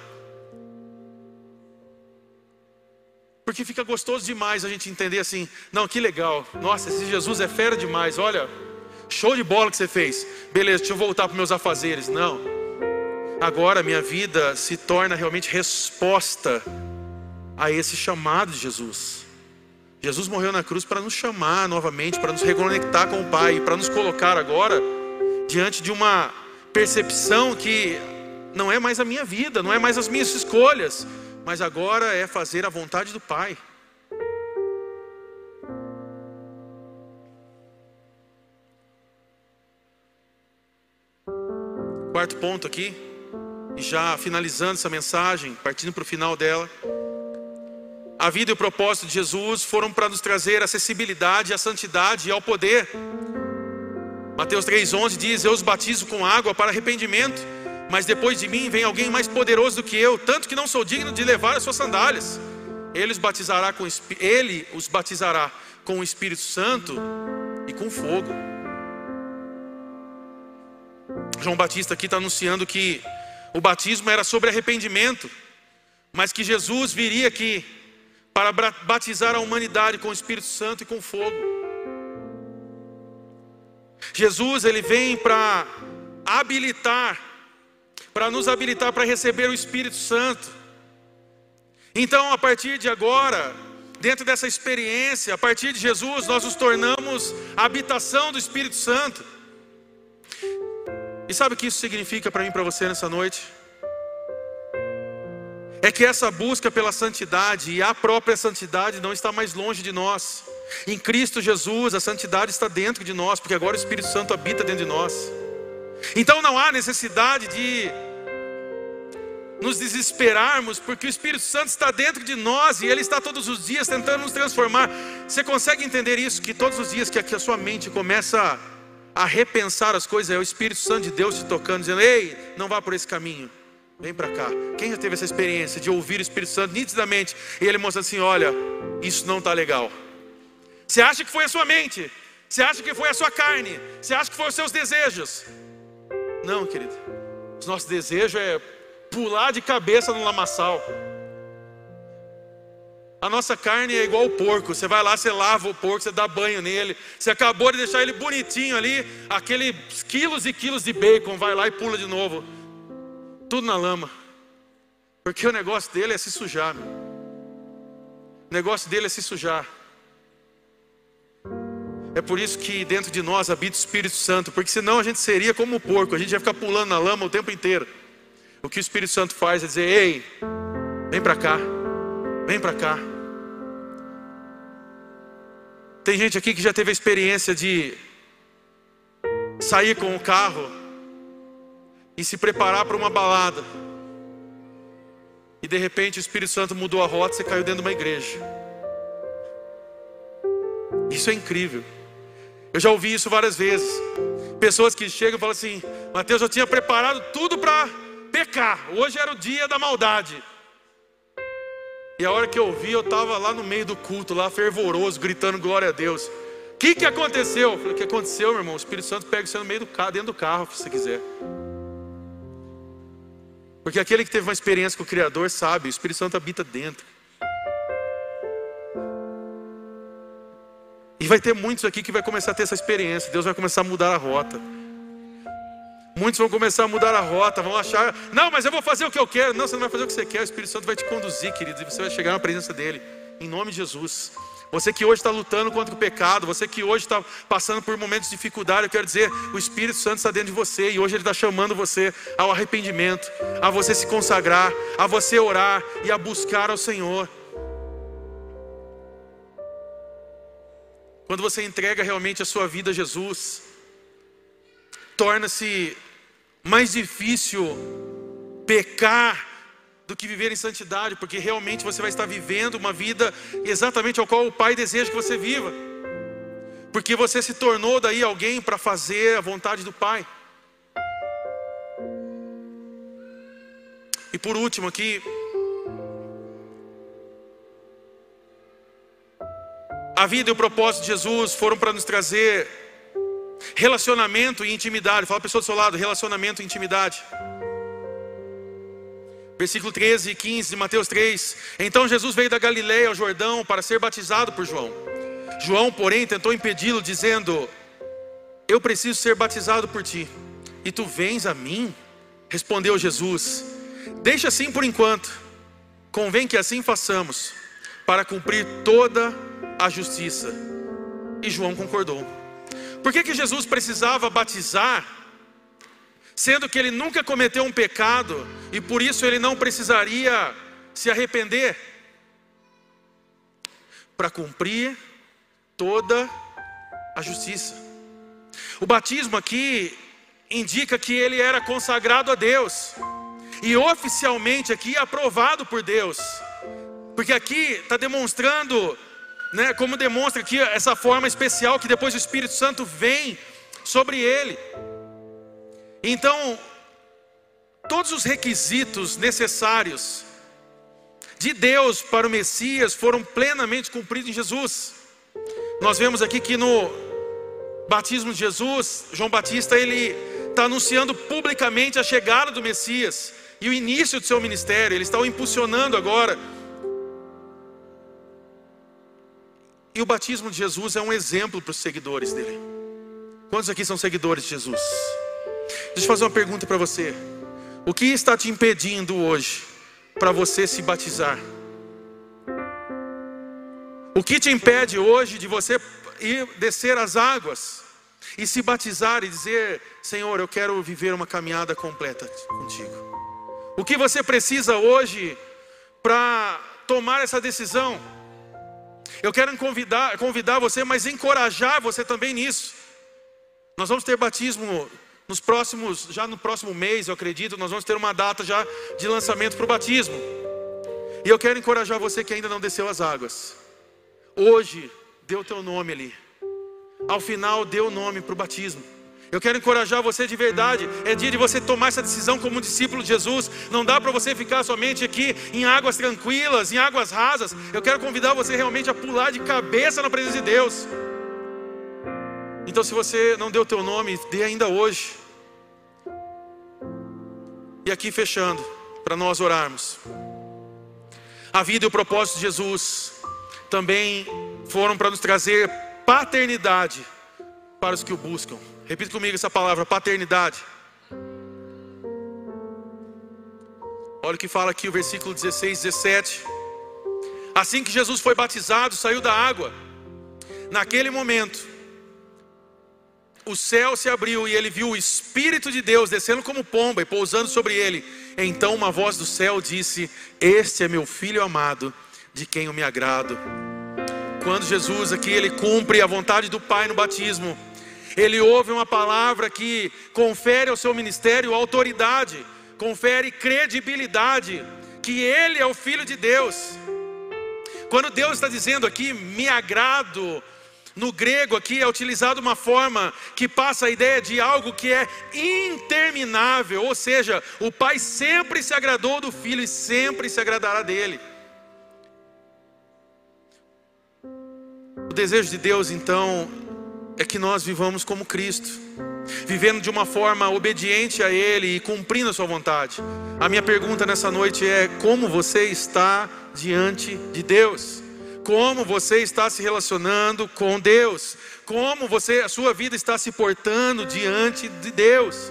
Porque fica gostoso demais a gente entender assim: não, que legal, nossa, esse Jesus é fera demais, olha, show de bola que você fez. Beleza, deixa eu voltar para os meus afazeres. Não. Agora minha vida se torna realmente resposta a esse chamado de Jesus. Jesus morreu na cruz para nos chamar novamente, para nos reconectar com o Pai, para nos colocar agora diante de uma percepção que não é mais a minha vida, não é mais as minhas escolhas, mas agora é fazer a vontade do Pai. Quarto ponto aqui, e já finalizando essa mensagem, partindo para o final dela. A vida e o propósito de Jesus foram para nos trazer acessibilidade à santidade e ao poder. Mateus três onze diz: eu os batizo com água para arrependimento, mas depois de mim vem alguém mais poderoso do que eu, tanto que não sou digno de levar as suas sandálias. Ele os batizará com, ele os batizará com o Espírito Santo e com fogo. João Batista aqui está anunciando que o batismo era sobre arrependimento, mas que Jesus viria aqui para batizar a humanidade com o Espírito Santo e com fogo. Jesus, ele vem para habilitar, para nos habilitar para receber o Espírito Santo. Então, a partir de agora, dentro dessa experiência, a partir de Jesus, nós nos tornamos a habitação do Espírito Santo. E sabe o que isso significa para mim e para você nessa noite? É que essa busca pela santidade e a própria santidade não está mais longe de nós. Em Cristo Jesus, a santidade está dentro de nós, porque agora o Espírito Santo habita dentro de nós. Então não há necessidade de nos desesperarmos, porque o Espírito Santo está dentro de nós e Ele está todos os dias tentando nos transformar. Você consegue entender isso? Que todos os dias que a sua mente começa a repensar as coisas, é o Espírito Santo de Deus te tocando, dizendo: ei, não vá por esse caminho, vem para cá. Quem já teve essa experiência de ouvir o Espírito Santo nitidamente e Ele mostrando assim: olha, isso não está legal. Você acha que foi a sua mente, você acha que foi a sua carne, você acha que foi os seus desejos. Não, querido, os nossos desejos é pular de cabeça no lamaçal. A nossa carne é igual o porco. Você vai lá, você lava o porco, você dá banho nele, você acabou de deixar ele bonitinho ali, aqueles quilos e quilos de bacon, vai lá e pula de novo, tudo na lama. Porque o negócio dele é se sujar, meu. O negócio dele é se sujar. É por isso que dentro de nós habita o Espírito Santo, porque senão a gente seria como o porco, a gente ia ficar pulando na lama o tempo inteiro. O que o Espírito Santo faz é dizer: ei, vem para cá, vem para cá. Tem gente aqui que já teve a experiência de sair com o carro e se preparar para uma balada, e de repente o Espírito Santo mudou a rota, você caiu dentro de uma igreja. Isso é incrível. Eu já ouvi isso várias vezes. Pessoas que chegam e falam assim: Mateus, eu tinha preparado tudo para pecar, hoje era o dia da maldade. E a hora que eu vi, eu estava lá no meio do culto, lá fervoroso, gritando glória a Deus. O que que aconteceu? Eu falei: o que aconteceu, meu irmão? O Espírito Santo pega você no meio do carro, dentro do carro, se você quiser. Porque aquele que teve uma experiência com o Criador sabe, o Espírito Santo habita dentro. E vai ter muitos aqui que vai começar a ter essa experiência. Deus vai começar a mudar a rota. Muitos vão começar a mudar a rota, vão achar: não, mas eu vou fazer o que eu quero. Não, você não vai fazer o que você quer. O Espírito Santo vai te conduzir, querido, e você vai chegar na presença dele, em nome de Jesus. Você que hoje está lutando contra o pecado, você que hoje está passando por momentos de dificuldade, eu quero dizer: o Espírito Santo está dentro de você, e hoje ele está chamando você ao arrependimento, a você se consagrar, a você orar e a buscar ao Senhor. Quando você entrega realmente a sua vida a Jesus, torna-se mais difícil pecar do que viver em santidade, porque realmente você vai estar vivendo uma vida exatamente ao qual o Pai deseja que você viva, porque você se tornou daí alguém para fazer a vontade do Pai. E por último aqui, a vida e o propósito de Jesus foram para nos trazer relacionamento e intimidade. Fala a pessoa do seu lado: relacionamento e intimidade. Versículo treze e quinze de Mateus três. Então Jesus veio da Galileia ao Jordão para ser batizado por João. João, porém, tentou impedi-lo, dizendo: eu preciso ser batizado por ti, e tu vens a mim? Respondeu Jesus: deixa assim por enquanto, convém que assim façamos, para cumprir toda a justiça. E João concordou. Por que que Jesus precisava batizar, sendo que ele nunca cometeu um pecado e por isso ele não precisaria se arrepender? Para cumprir toda a justiça. O batismo aqui indica que ele era consagrado a Deus, e oficialmente aqui aprovado por Deus, porque aqui está demonstrando, né, como demonstra aqui essa forma especial que depois o Espírito Santo vem sobre ele. Então, todos os requisitos necessários de Deus para o Messias foram plenamente cumpridos em Jesus. Nós vemos aqui que no batismo de Jesus, João Batista, ele está anunciando publicamente a chegada do Messias e o início do seu ministério. Ele está o impulsionando agora. E o batismo de Jesus é um exemplo para os seguidores dele. Quantos aqui são seguidores de Jesus? Deixa eu fazer uma pergunta para você. O que está te impedindo hoje para você se batizar? O que te impede hoje de você ir descer as águas e se batizar e dizer: Senhor, eu quero viver uma caminhada completa contigo? O que você precisa hoje para tomar essa decisão? Eu quero convidar, convidar você, mas encorajar você também nisso. Nós vamos ter batismo nos próximos, já no próximo mês, eu acredito, nós vamos ter uma data já de lançamento para o batismo. E eu quero encorajar você que ainda não desceu as águas. Hoje, dê o teu nome ali. Ao final, dê o nome para o batismo. Eu quero encorajar você de verdade. É dia de você tomar essa decisão como um discípulo de Jesus. Não dá para você ficar somente aqui em águas tranquilas, em águas rasas. Eu quero convidar você realmente a pular de cabeça na presença de Deus. Então, se você não deu o teu nome, dê ainda hoje. E aqui fechando, para nós orarmos. A vida e o propósito de Jesus também foram para nos trazer paternidade para os que o buscam. Repita comigo essa palavra, paternidade. Olha o que fala aqui o versículo dezesseis, dezessete. Assim que Jesus foi batizado, saiu da água. Naquele momento, o céu se abriu e ele viu o Espírito de Deus descendo como pomba e pousando sobre ele. Então uma voz do céu disse: este é meu filho amado, de quem eu me agrado. Quando Jesus aqui, ele cumpre a vontade do Pai no batismo, ele ouve uma palavra que confere ao seu ministério autoridade, confere credibilidade, que ele é o Filho de Deus. Quando Deus está dizendo aqui, me agrado, no grego aqui é utilizado uma forma que passa a ideia de algo que é interminável. Ou seja, o Pai sempre se agradou do Filho e sempre se agradará dele. O desejo de Deus então é que nós vivamos como Cristo, vivendo de uma forma obediente a Ele e cumprindo a sua vontade. A minha pergunta nessa noite é: como você está diante de Deus? Como você está se relacionando com Deus? Como você, a sua vida está se portando diante de Deus?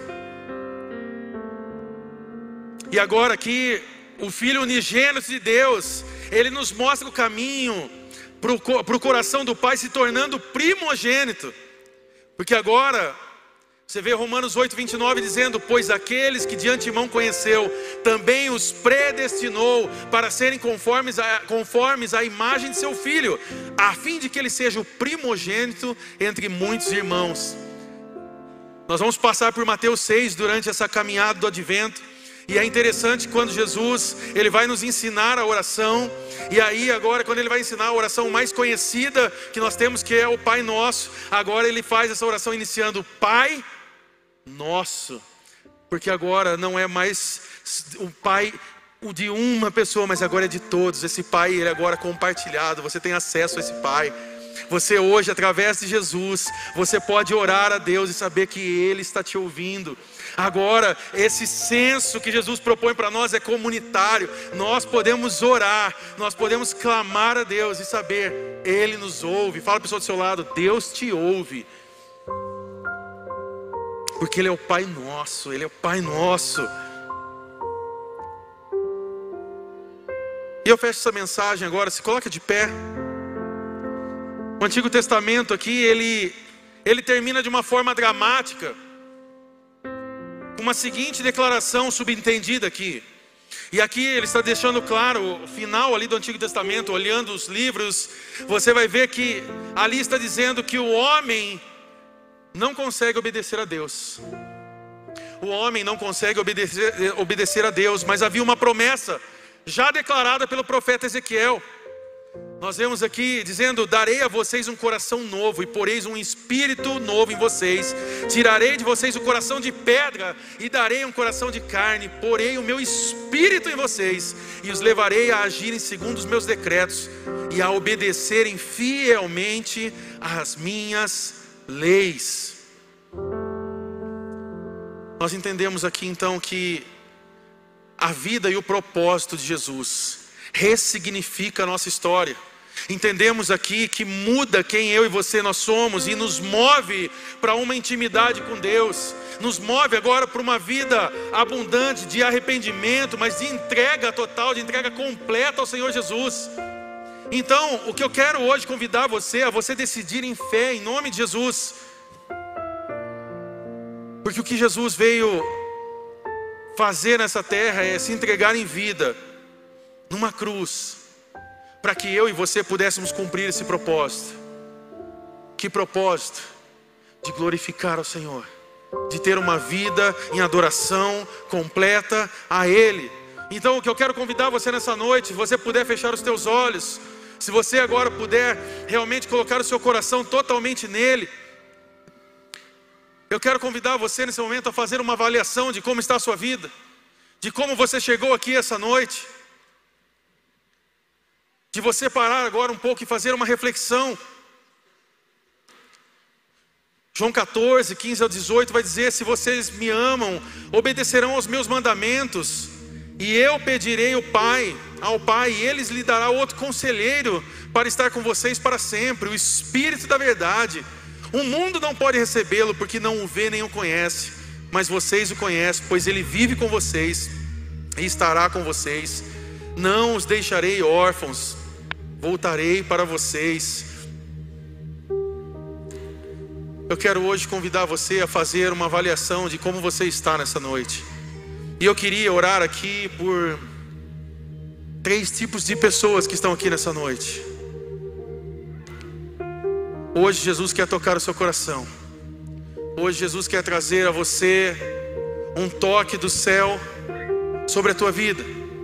E agora aqui, o Filho unigênito de Deus, Ele nos mostra o caminho para o coração do Pai, se tornando primogênito. Porque agora, você vê Romanos oito, vinte e nove dizendo: pois aqueles que de antemão conheceu, também os predestinou para serem conformes a, conformes à imagem de seu Filho, a fim de que ele seja o primogênito entre muitos irmãos. Nós vamos passar por Mateus seis durante essa caminhada do advento. E é interessante quando Jesus, ele vai nos ensinar a oração. E aí agora, quando ele vai ensinar a oração mais conhecida que nós temos, que é o Pai Nosso, agora ele faz essa oração iniciando: Pai Nosso. Porque agora não é mais o Pai o de uma pessoa, mas agora é de todos. Esse Pai, ele é agora compartilhado. Você tem acesso a esse Pai. Você hoje, através de Jesus, você pode orar a Deus e saber que Ele está te ouvindo. Agora, esse senso que Jesus propõe para nós é comunitário. Nós podemos orar, nós podemos clamar a Deus e saber, Ele nos ouve. Fala para a pessoa do seu lado: Deus te ouve. Porque Ele é o Pai Nosso, Ele é o Pai Nosso. E eu fecho essa mensagem agora, se coloca de pé. O Antigo Testamento aqui, ele, ele termina de uma forma dramática, uma seguinte declaração subentendida aqui. E aqui ele está deixando claro, o final ali do Antigo Testamento, olhando os livros, você vai ver que ali está dizendo que o homem não consegue obedecer a Deus. O homem não consegue obedecer, obedecer a Deus, mas havia uma promessa já declarada pelo profeta Ezequiel. Nós vemos aqui dizendo: darei a vocês um coração novo e poreis um espírito novo em vocês. Tirarei de vocês o coração de pedra e darei um coração de carne. Porei o meu espírito em vocês e os levarei a agirem segundo os meus decretos e a obedecerem fielmente às minhas leis. Nós entendemos aqui então que a vida e o propósito de Jesus ressignifica a nossa história. Entendemos aqui que muda quem eu e você nós somos e nos move para uma intimidade com Deus. Nos move agora para uma vida abundante de arrependimento, mas de entrega total, de entrega completa ao Senhor Jesus. Então, o que eu quero hoje convidar você a você decidir em fé, em nome de Jesus. Porque o que Jesus veio fazer nessa terra é se entregar em vida numa cruz, para que eu e você pudéssemos cumprir esse propósito. Que propósito? De glorificar ao Senhor, de ter uma vida em adoração completa a Ele. Então o que eu quero convidar você nessa noite, se você puder fechar os teus olhos, se você agora puder realmente colocar o seu coração totalmente nele, eu quero convidar você nesse momento a fazer uma avaliação de como está a sua vida, de como você chegou aqui essa noite, de você parar agora um pouco e fazer uma reflexão. João quatorze, quinze ao dezoito vai dizer: se vocês me amam, obedecerão aos meus mandamentos, e eu pedirei ao Pai, ao Pai, e Ele lhes dará outro conselheiro para estar com vocês para sempre, o Espírito da verdade. O mundo não pode recebê-lo, porque não o vê nem o conhece, mas vocês o conhecem, pois Ele vive com vocês e estará com vocês. Não os deixarei órfãos, voltarei para vocês. Eu quero hoje convidar você a fazer uma avaliação de como você está nessa noite. E eu queria orar aqui por três tipos de pessoas que estão aqui nessa noite. Hoje Jesus quer tocar o seu coração. Hoje Jesus quer trazer a você um toque do céu sobre a tua vida.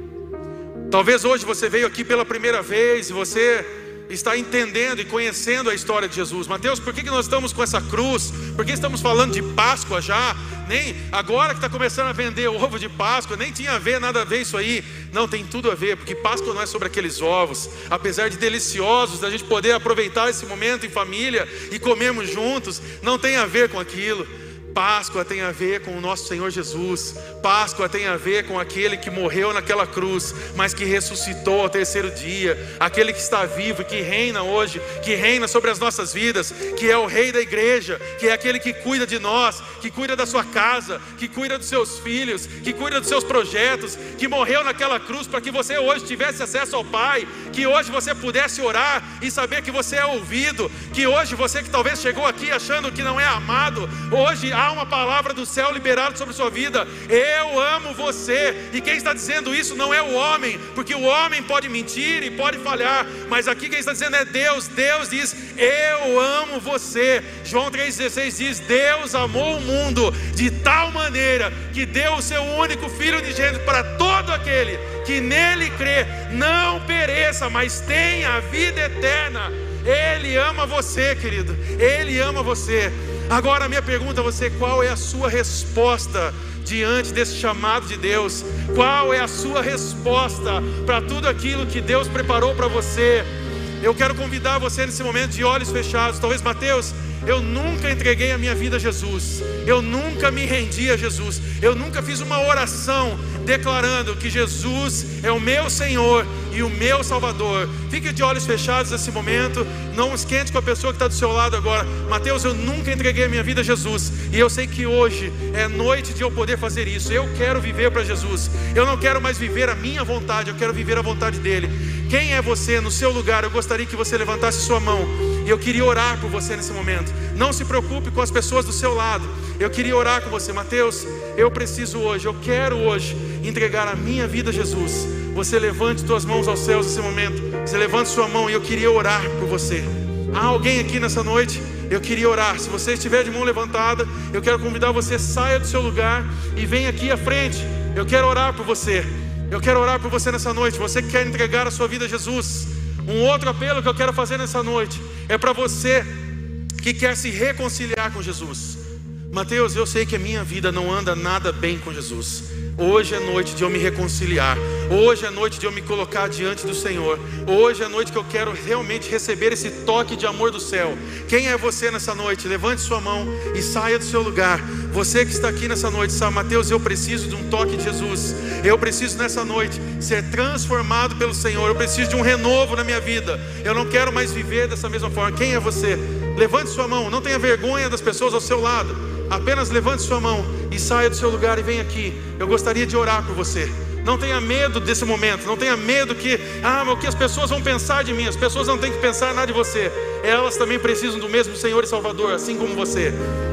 Talvez hoje você veio aqui pela primeira vez e você está entendendo e conhecendo a história de Jesus. Mateus, por que que nós estamos com essa cruz? Por que estamos falando de Páscoa já? Nem agora que está começando a vender ovo de Páscoa, nem tinha a ver, nada a ver isso aí. Não, tem tudo a ver, porque Páscoa não é sobre aqueles ovos. Apesar de deliciosos, da gente poder aproveitar esse momento em família e comermos juntos, não tem a ver com aquilo. Páscoa tem a ver com o nosso Senhor Jesus. Páscoa tem a ver com aquele que morreu naquela cruz, mas que ressuscitou ao terceiro dia. Aquele que está vivo e que reina hoje, que reina sobre as nossas vidas, que é o Rei da igreja, que é aquele que cuida de nós, que cuida da sua casa, que cuida dos seus filhos, que cuida dos seus projetos, que morreu naquela cruz para que você hoje tivesse acesso ao Pai, que hoje você pudesse orar e saber que você é ouvido, que hoje você que talvez chegou aqui achando que não é amado, hoje há uma palavra do céu liberada sobre a sua vida. Eu amo você. E quem está dizendo isso não é o homem, porque o homem pode mentir e pode falhar, mas aqui quem está dizendo é Deus. Deus diz: eu amo você. João três dezesseis diz: Deus amou o mundo de tal maneira que deu o seu único Filho unigênito para todo aquele que nele crê não pereça, mas tenha a vida eterna. Ele ama você, querido. Ele ama você. Agora a minha pergunta a você: qual é a sua resposta diante desse chamado de Deus? Qual é a sua resposta para tudo aquilo que Deus preparou para você? Eu quero convidar você nesse momento de olhos fechados. Talvez, Mateus, eu nunca entreguei a minha vida a Jesus, eu nunca me rendi a Jesus, eu nunca fiz uma oração declarando que Jesus é o meu Senhor e o meu Salvador. Fique de olhos fechados nesse momento. Não esquente com a pessoa que está do seu lado agora. Mateus, eu nunca entreguei a minha vida a Jesus, e eu sei que hoje é noite de eu poder fazer isso. Eu quero viver para Jesus. Eu não quero mais viver a minha vontade, eu quero viver a vontade dele. Quem é você no seu lugar? Eu gostaria que você levantasse sua mão, e eu queria orar por você nesse momento. Não se preocupe com as pessoas do seu lado. Eu queria orar com você. Mateus, eu preciso hoje, eu quero hoje entregar a minha vida a Jesus. Você levante suas mãos aos céus nesse momento. Você levante sua mão e eu queria orar por você. Há alguém aqui nessa noite? Eu queria orar. Se você estiver de mão levantada, eu quero convidar você: saia do seu lugar e venha aqui à frente. Eu quero orar por você. Eu quero orar por você nessa noite. Você que quer entregar a sua vida a Jesus. Um outro apelo que eu quero fazer nessa noite é para você que quer se reconciliar com Jesus. Mateus, eu sei que a minha vida não anda nada bem com Jesus. Hoje é noite de eu me reconciliar. Hoje é noite de eu me colocar diante do Senhor. Hoje é noite que eu quero realmente receber esse toque de amor do céu. Quem é você nessa noite? Levante sua mão e saia do seu lugar. Você que está aqui nessa noite sabe: Mateus, eu preciso de um toque de Jesus. Eu preciso nessa noite ser transformado pelo Senhor. Eu preciso de um renovo na minha vida. Eu não quero mais viver dessa mesma forma. Quem é você? Levante sua mão. Não tenha vergonha das pessoas ao seu lado. Apenas levante sua mão e saia do seu lugar e venha aqui. Eu gostaria de orar por você. Não tenha medo desse momento. Não tenha medo que, ah, mas o que as pessoas vão pensar de mim? As pessoas não têm que pensar nada de você. Elas também precisam do mesmo Senhor e Salvador, assim como você.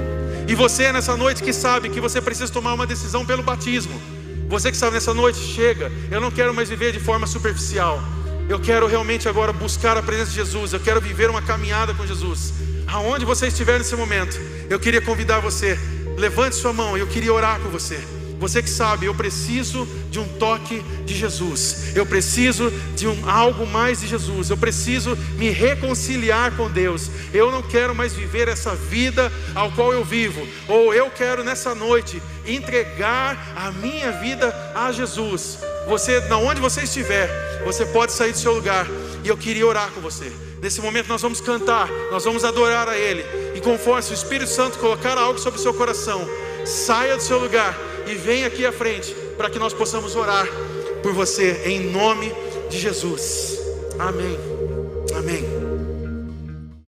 E você nessa noite que sabe que você precisa tomar uma decisão pelo batismo. Você que sabe nessa noite: chega, eu não quero mais viver de forma superficial. eu quero realmente agora buscar a presença de Jesus, eu quero viver uma caminhada com Jesus. Aonde você estiver nesse momento, eu queria convidar você, levante sua mão, eu queria orar com você. Você que sabe, eu preciso de um toque de Jesus, eu preciso de um, algo mais de Jesus, eu preciso me reconciliar com Deus. Eu não quero mais viver essa vida ao qual eu vivo, ou eu quero nessa noite entregar a minha vida a Jesus. Você, na onde você estiver, você pode sair do seu lugar, e eu queria orar com você. Nesse momento nós vamos cantar, nós vamos adorar a Ele, e conforme se o Espírito Santo colocar algo sobre o seu coração, saia do seu lugar e venha aqui à frente, para que nós possamos orar por você, em nome de Jesus. Amém, amém.